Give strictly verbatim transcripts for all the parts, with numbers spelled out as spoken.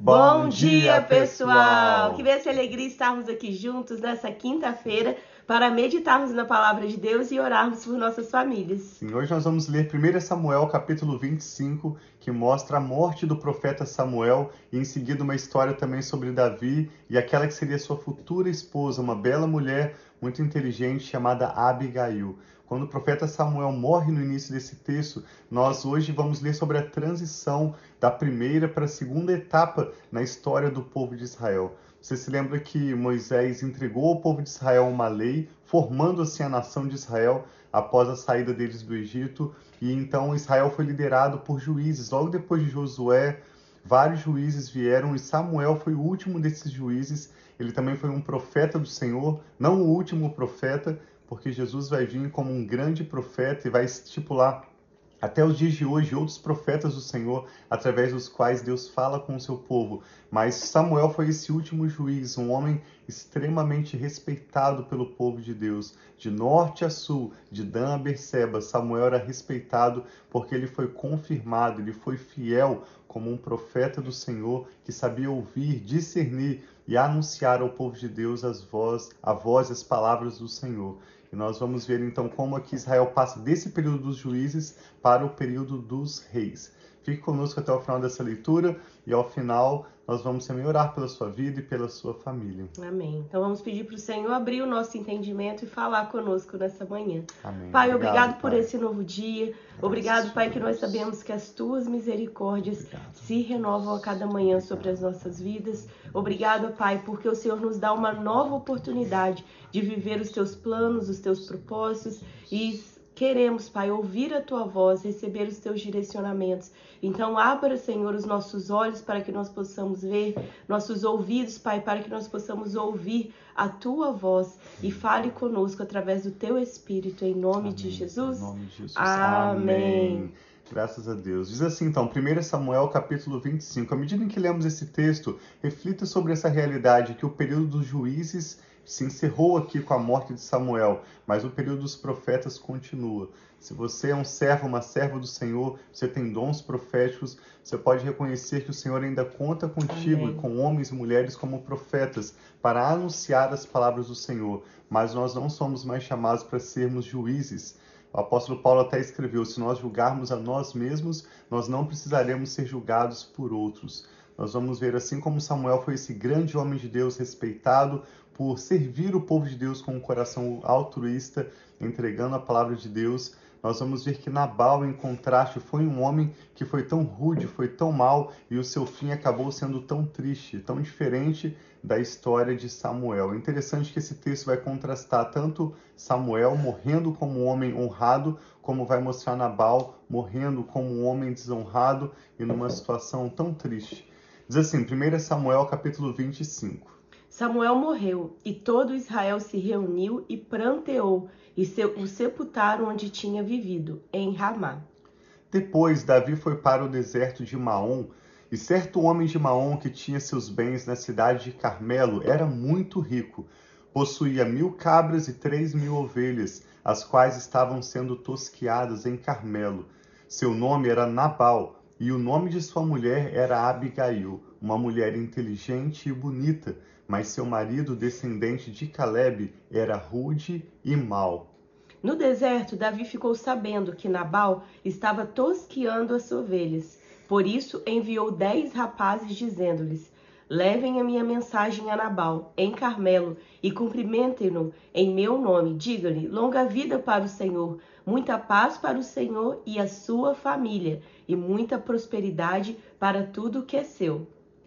Bom dia, pessoal! Que bênção e alegria estarmos aqui juntos nessa quinta-feira para meditarmos na palavra de Deus e orarmos por nossas famílias. Sim, hoje nós vamos ler primeiro Samuel, capítulo vinte e cinco, que mostra a morte do profeta Samuel e em seguida uma história também sobre Davi e aquela que seria sua futura esposa, uma bela mulher muito inteligente chamada Abigail. Quando o profeta Samuel morre no início desse texto, nós hoje vamos ler sobre a transição da primeira para a segunda etapa na história do povo de Israel. Você se lembra que Moisés entregou ao povo de Israel uma lei, formando assim a nação de Israel após a saída deles do Egito, e então Israel foi liderado por juízes. Logo depois de Josué, vários juízes vieram e Samuel foi o último desses juízes. Ele também foi um profeta do Senhor, não o último profeta, porque Jesus vai vir como um grande profeta e vai estipular até os dias de hoje outros profetas do Senhor, através dos quais Deus fala com o seu povo. Mas Samuel foi esse último juiz, um homem extremamente respeitado pelo povo de Deus. De norte a sul, de Dan a Berseba, Samuel era respeitado porque ele foi confirmado, ele foi fiel como um profeta do Senhor que sabia ouvir, discernir e anunciar ao povo de Deus as voz, a voz e as palavras do Senhor. E nós vamos ver então como aqui Israel passa desse período dos juízes para o período dos reis. Fique conosco até o final dessa leitura e ao final nós vamos também orar pela sua vida e pela sua família. Amém. Então vamos pedir para o Senhor abrir o nosso entendimento e falar conosco nessa manhã. Amém. Pai, obrigado, obrigado por pai. esse novo dia. Graças obrigado, Pai, que nós Deus. sabemos que as tuas misericórdias Obrigado. se renovam a cada manhã Obrigado. sobre as nossas vidas. Obrigado, Pai, porque o Senhor nos dá uma nova oportunidade de viver os teus planos, os teus propósitos e queremos, Pai, ouvir a Tua voz, receber os Teus direcionamentos. Então, abra, Senhor, os nossos olhos para que nós possamos ver, nossos ouvidos, Pai, para que nós possamos ouvir a Tua voz e fale conosco através do Teu Espírito, em nome Amém. de Jesus. Em nome de Jesus. Amém. Amém. Graças a Deus. Diz assim, então, primeiro Samuel, capítulo vinte e cinco. À medida em que lemos esse texto, reflita sobre essa realidade que o período dos juízes se encerrou aqui com a morte de Samuel, mas o período dos profetas continua. Se você é um servo, uma serva do Senhor, você tem dons proféticos, você pode reconhecer que o Senhor ainda conta contigo Amém. e com homens e mulheres como profetas para anunciar as palavras do Senhor. Mas nós não somos mais chamados para sermos juízes. O apóstolo Paulo até escreveu, se nós julgarmos a nós mesmos, nós não precisaremos ser julgados por outros. Nós vamos ver assim como Samuel foi esse grande homem de Deus respeitado por servir o povo de Deus com um coração altruísta, entregando a palavra de Deus. Nós vamos ver que Nabal, em contraste, foi um homem que foi tão rude, foi tão mau, e o seu fim acabou sendo tão triste, tão diferente da história de Samuel. É interessante que esse texto vai contrastar tanto Samuel morrendo como um homem honrado, como vai mostrar Nabal morrendo como um homem desonrado e numa situação tão triste. Diz assim, primeiro Samuel, capítulo vinte e cinco. Samuel morreu, e todo Israel se reuniu e pranteou, e o sepultaram onde tinha vivido, em Ramá. Depois, Davi foi para o deserto de Maom, e certo homem de Maom que tinha seus bens na cidade de Carmelo era muito rico. Possuía mil cabras e três mil ovelhas, as quais estavam sendo tosquiadas em Carmelo. Seu nome era Nabal, e o nome de sua mulher era Abigail, uma mulher inteligente e bonita, mas seu marido, descendente de Caleb, era rude e mau. No deserto, Davi ficou sabendo que Nabal estava tosquiando as ovelhas. Por isso enviou dez rapazes, dizendo-lhes, levem a minha mensagem a Nabal, em Carmelo, e cumprimentem-no em meu nome. Digam-lhe, longa vida para o Senhor, muita paz para o Senhor e a sua família, e muita prosperidade para tudo que é seu.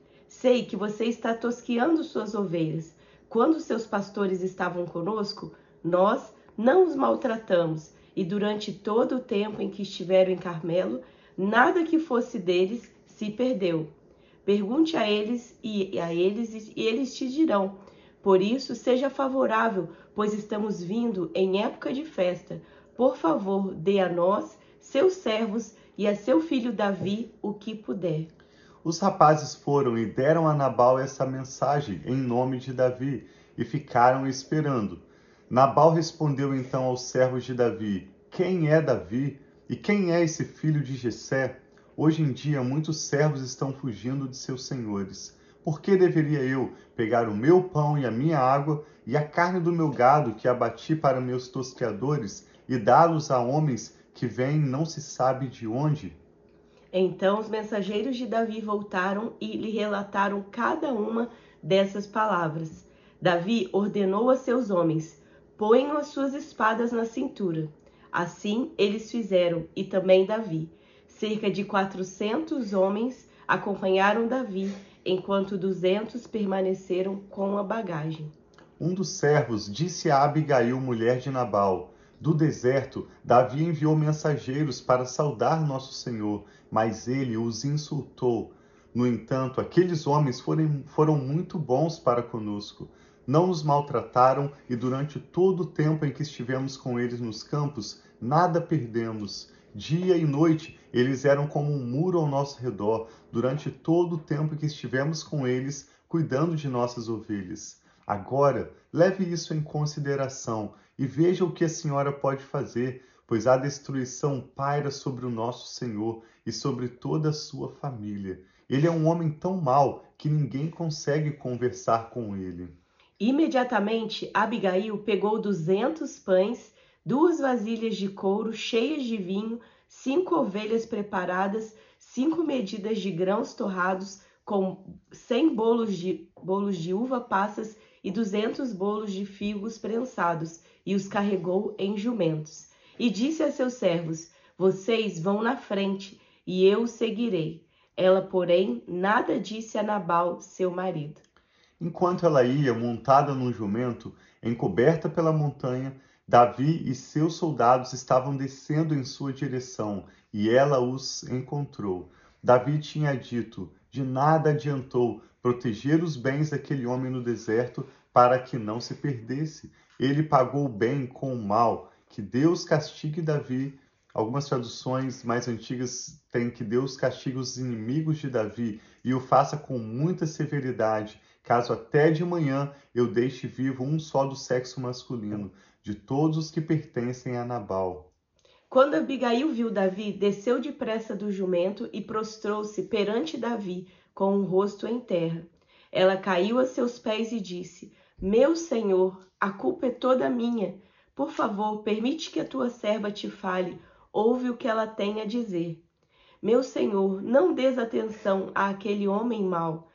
Sei que você está tosquiando suas ovelhas. Quando seus pastores estavam conosco, nós não os maltratamos, e durante todo o tempo em que estiveram em Carmelo, nada que fosse deles se perdeu. Pergunte a eles e a eles e eles te dirão. Por isso, seja favorável, pois estamos vindo em época de festa. Por favor, dê a nós, seus servos, e a seu filho Davi o que puder. Os rapazes foram e deram a Nabal essa mensagem em nome de Davi, e ficaram esperando. Nabal respondeu então aos servos de Davi, quem é Davi? E quem é esse filho de Jessé? Hoje em dia, muitos servos estão fugindo de seus senhores. Por que deveria eu pegar o meu pão e a minha água e a carne do meu gado que abati para meus tosqueadores e dá-los a homens que vêm não se sabe de onde? Então os mensageiros de Davi voltaram e lhe relataram cada uma dessas palavras. Davi ordenou a seus homens: ponham as suas espadas na cintura. Assim eles fizeram, e também Davi. Cerca de quatrocentos homens acompanharam Davi, enquanto duzentos permaneceram com a bagagem. Um dos servos disse a Abigail, mulher de Nabal: do deserto, Davi enviou mensageiros para saudar nosso senhor, mas ele os insultou. No entanto, aqueles homens foram, foram muito bons para conosco. Não nos maltrataram e durante todo o tempo em que estivemos com eles nos campos, nada perdemos. Dia e noite, eles eram como um muro ao nosso redor, durante todo o tempo que estivemos com eles, cuidando de nossas ovelhas. Agora, leve isso em consideração e veja o que a senhora pode fazer, pois a destruição paira sobre o nosso Senhor e sobre toda a sua família. Ele é um homem tão mau que ninguém consegue conversar com ele. Imediatamente, Abigail pegou duzentos pães, duas vasilhas de couro cheias de vinho, cinco ovelhas preparadas, cinco medidas de grãos torrados, com cem bolos de, bolos de uva passas e duzentos bolos de figos prensados, e os carregou em jumentos. E disse a seus servos: vocês vão na frente, e eu os seguirei. Ela, porém, nada disse a Nabal, seu marido. Enquanto ela ia, montada num jumento, encoberta pela montanha, Davi e seus soldados estavam descendo em sua direção, e ela os encontrou. Davi tinha dito: de nada adiantou proteger os bens daquele homem no deserto para que não se perdesse. Ele pagou o bem com o mal. Que Deus castigue Davi. Algumas traduções mais antigas têm que Deus castigue os inimigos de Davi e o faça com muita severidade, caso até de manhã eu deixe vivo um só do sexo masculino, de todos os que pertencem a Nabal. Quando Abigail viu Davi, desceu depressa do jumento e prostrou-se perante Davi, com o rosto em terra. Ela caiu a seus pés e disse: meu senhor, a culpa é toda minha. Por favor, permite que a tua serva te fale. Ouve o que ela tem a dizer. Meu senhor, não dês atenção àquele homem mau.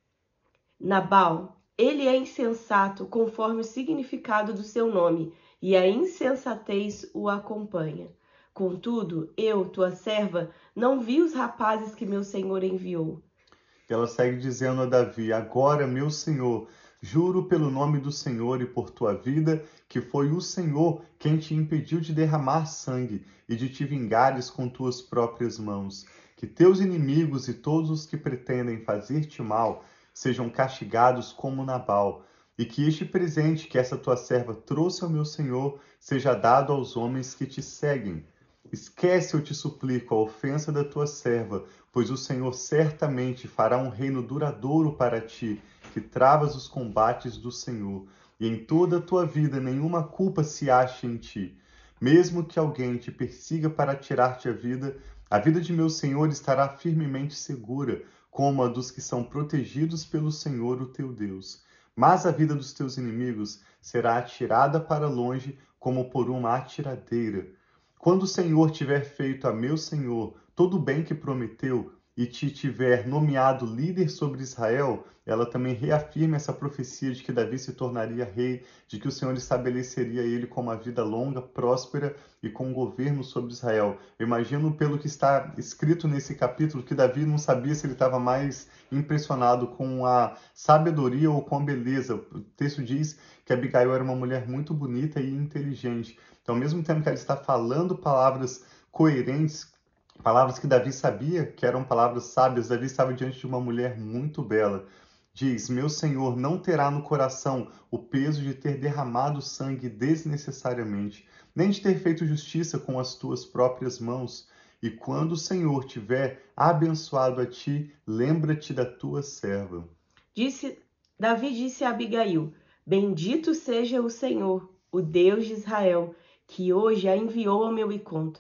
Nabal, ele é insensato, conforme o significado do seu nome, e a insensatez o acompanha. Contudo, eu, tua serva, não vi os rapazes que meu senhor enviou. Ela segue dizendo a Davi: agora, meu senhor, juro pelo nome do Senhor e por tua vida, que foi o Senhor quem te impediu de derramar sangue e de te vingares com tuas próprias mãos. Que teus inimigos e todos os que pretendem fazer-te mal sejam castigados como Nabal, e que este presente que essa tua serva trouxe ao meu senhor seja dado aos homens que te seguem. Esquece, eu te suplico, a ofensa da tua serva, pois o Senhor certamente fará um reino duradouro para ti, que travas os combates do Senhor, e em toda a tua vida nenhuma culpa se ache em ti. Mesmo que alguém te persiga para tirar-te a vida, a vida de meu Senhor estará firmemente segura, como a dos que são protegidos pelo Senhor, o teu Deus. Mas a vida dos teus inimigos será atirada para longe, como por uma atiradeira. Quando o Senhor tiver feito a meu Senhor todo o bem que prometeu, e te tiver nomeado líder sobre Israel, ela também reafirma essa profecia de que Davi se tornaria rei, de que o Senhor estabeleceria ele com uma vida longa, próspera e com um governo sobre Israel. Eu imagino, pelo que está escrito nesse capítulo, que Davi não sabia se ele estava mais impressionado com a sabedoria ou com a beleza. O texto diz que Abigail era uma mulher muito bonita e inteligente. Então, ao mesmo tempo que ela está falando palavras coerentes, palavras que Davi sabia que eram palavras sábias, Davi estava diante de uma mulher muito bela. Diz: meu Senhor não terá no coração o peso de ter derramado sangue desnecessariamente, nem de ter feito justiça com as tuas próprias mãos. E quando o Senhor tiver abençoado a ti, lembra-te da tua serva. Disse, Davi disse a Abigail: bendito seja o Senhor, o Deus de Israel, que hoje a enviou ao meu encontro.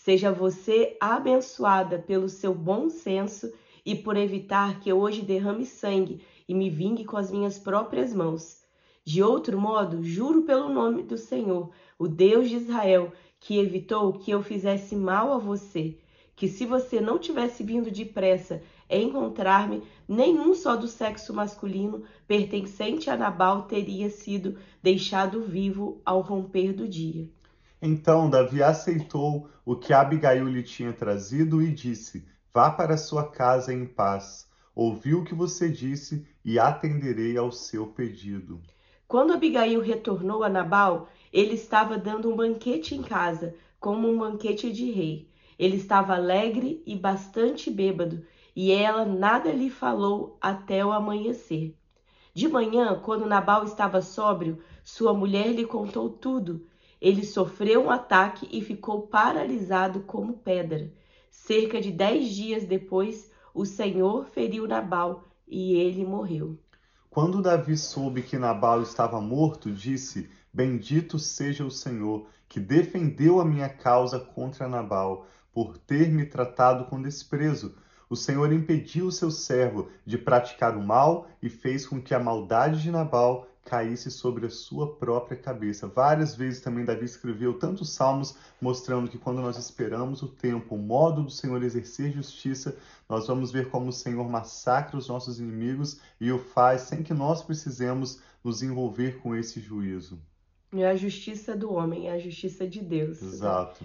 Seja você abençoada pelo seu bom senso e por evitar que eu hoje derrame sangue e me vingue com as minhas próprias mãos. De outro modo, juro pelo nome do Senhor, o Deus de Israel, que evitou que eu fizesse mal a você, que se você não tivesse vindo depressa encontrar-me, nenhum só do sexo masculino pertencente a Nabal teria sido deixado vivo ao romper do dia. Então Davi aceitou o que Abigail lhe tinha trazido e disse: Vá para sua casa em paz. Ouvi o que você disse e atenderei ao seu pedido. Quando Abigail retornou a Nabal, ele estava dando um banquete em casa, como um banquete de rei. Ele estava alegre e bastante bêbado, e ela nada lhe falou até o amanhecer. De manhã, quando Nabal estava sóbrio, sua mulher lhe contou tudo. Ele sofreu um ataque e ficou paralisado como pedra. Cerca de dez dias depois, o Senhor feriu Nabal e ele morreu. Quando Davi soube que Nabal estava morto, disse: Bendito seja o Senhor, que defendeu a minha causa contra Nabal, por ter me tratado com desprezo. O Senhor impediu o seu servo de praticar o mal e fez com que a maldade de Nabal caísse sobre a sua própria cabeça. Várias vezes também Davi escreveu tantos salmos mostrando que quando nós esperamos o tempo, o modo do Senhor exercer justiça, nós vamos ver como o Senhor massacra os nossos inimigos e o faz sem que nós precisemos nos envolver com esse juízo. Não é a justiça do homem, é a justiça de Deus. Exato.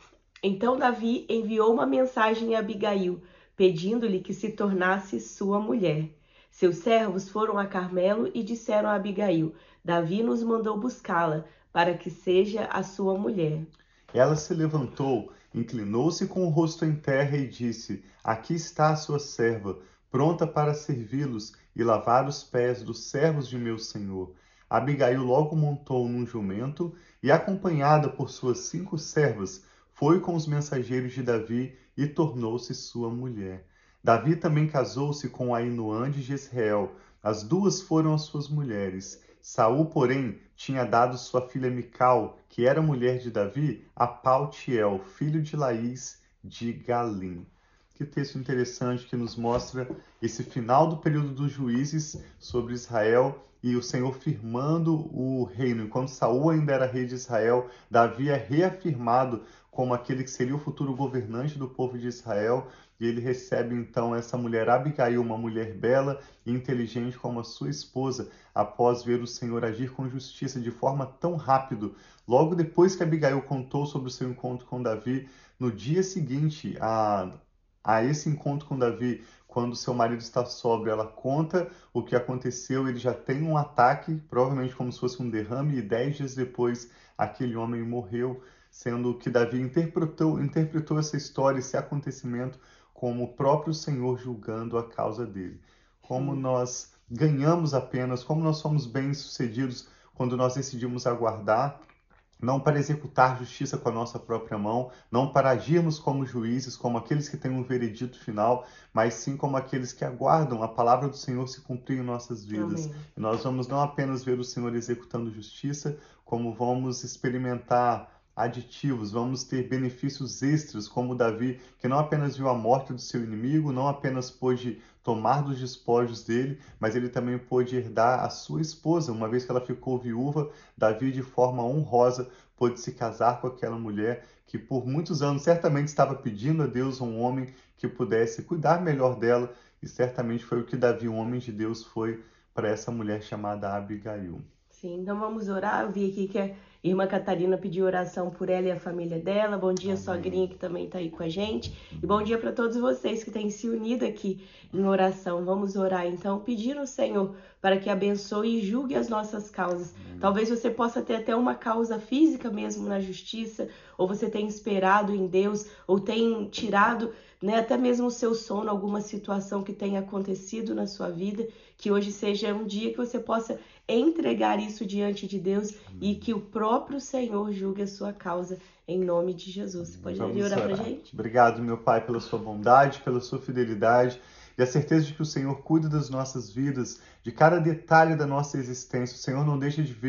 Então Davi enviou uma mensagem a Abigail, pedindo-lhe que se tornasse sua mulher. Seus servos foram a Carmelo e disseram a Abigail: Davi nos mandou buscá-la, para que seja a sua mulher. Ela se levantou, inclinou-se com o rosto em terra e disse: Aqui está a sua serva, pronta para servi-los e lavar os pés dos servos de meu senhor. Abigail logo montou num jumento e, acompanhada por suas cinco servas, foi com os mensageiros de Davi e tornou-se sua mulher. Davi também casou-se com Ainoã de Jezreel. As duas foram as suas mulheres. Saul, porém, tinha dado sua filha Mical, que era mulher de Davi, a Paltiel, filho de Laís de Galim. Que texto interessante que nos mostra esse final do período dos juízes sobre Israel e o Senhor firmando o reino. Enquanto Saul ainda era rei de Israel, Davi é reafirmado como aquele que seria o futuro governante do povo de Israel, e ele recebe então essa mulher Abigail, uma mulher bela e inteligente como a sua esposa, após ver o Senhor agir com justiça de forma tão rápido. Logo depois que Abigail contou sobre o seu encontro com Davi, no dia seguinte a, a esse encontro com Davi, quando seu marido está sóbrio, ela conta o que aconteceu, ele já tem um ataque, provavelmente como se fosse um derrame, e dez dias depois aquele homem morreu, sendo que Davi interpretou, interpretou essa história, esse acontecimento, como o próprio Senhor julgando a causa dele. Como Sim. nós ganhamos apenas, como nós somos bem-sucedidos quando nós decidimos aguardar, não para executar justiça com a nossa própria mão, não para agirmos como juízes, como aqueles que têm um veredito final, mas sim como aqueles que aguardam a palavra do Senhor se cumprir em nossas vidas. Amém. E nós vamos não apenas ver o Senhor executando justiça, como vamos experimentar aditivos, vamos ter benefícios extras, como Davi, que não apenas viu a morte do seu inimigo, não apenas pôde tomar dos despojos dele, mas ele também pôde herdar a sua esposa. Uma vez que ela ficou viúva, Davi, de forma honrosa, pôde se casar com aquela mulher que por muitos anos certamente estava pedindo a Deus um homem que pudesse cuidar melhor dela, e certamente foi o que Davi, um homem de Deus, foi para essa mulher chamada Abigail. Sim, então vamos orar. Eu vi aqui que a irmã Catarina pediu oração por ela e a família dela. Bom dia, Amém. sogrinha, que também está aí com a gente. E bom dia para todos vocês que têm se unido aqui em oração. Vamos orar então, pedindo ao Senhor para que abençoe e julgue as nossas causas. Amém. Talvez você possa ter até uma causa física mesmo na justiça, ou você tenha esperado em Deus, ou tenha tirado, né, até mesmo o seu sono, alguma situação que tenha acontecido na sua vida, que hoje seja um dia que você possa entregar isso diante de Deus. Amém. E que o próprio Senhor julgue a sua causa, em nome de Jesus. Você pode Vamos orar orar. pra gente? Obrigado, meu Pai, pela sua bondade, pela sua fidelidade e a certeza de que o Senhor cuida das nossas vidas, de cada detalhe da nossa existência. O Senhor não deixa de ver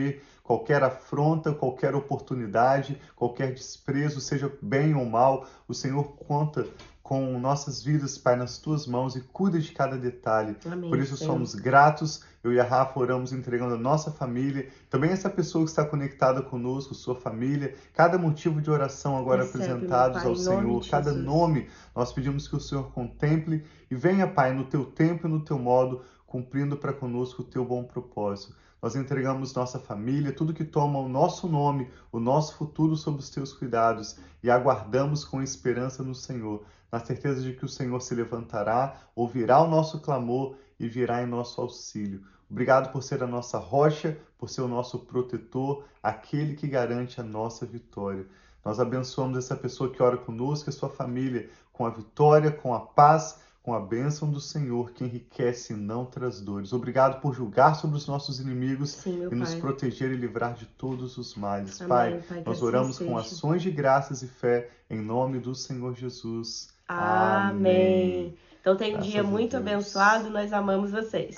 qualquer afronta, qualquer oportunidade, qualquer desprezo, seja bem ou mal, o Senhor conta com nossas vidas, Pai, nas Tuas mãos e cuida de cada detalhe. Amém, Por isso Senhor. somos gratos. Eu e a Rafa oramos entregando a nossa família, também essa pessoa que está conectada conosco, sua família, cada motivo de oração agora Recebe, apresentados meu Pai, ao em nome Senhor, de cada Jesus. nome, nós pedimos que o Senhor contemple e venha, Pai, no Teu tempo e no Teu modo, cumprindo para conosco o Teu bom propósito. Nós entregamos nossa família, tudo que toma o nosso nome, o nosso futuro sob os Teus cuidados e aguardamos com esperança no Senhor, na certeza de que o Senhor se levantará, ouvirá o nosso clamor e virá em nosso auxílio. Obrigado por ser a nossa rocha, por ser o nosso protetor, aquele que garante a nossa vitória. Nós abençoamos essa pessoa que ora conosco e a sua família com a vitória, com a paz, com a bênção do Senhor, que enriquece e não traz dores. Obrigado por julgar sobre os nossos inimigos Sim, meu e nos Pai. proteger e livrar de todos os males. Amém, Pai, Pai, que nós assim oramos com seja. ações de graças e fé, em nome do Senhor Jesus. Amém. Então tenha um dia Graças a muito Deus. abençoado. Nós amamos vocês.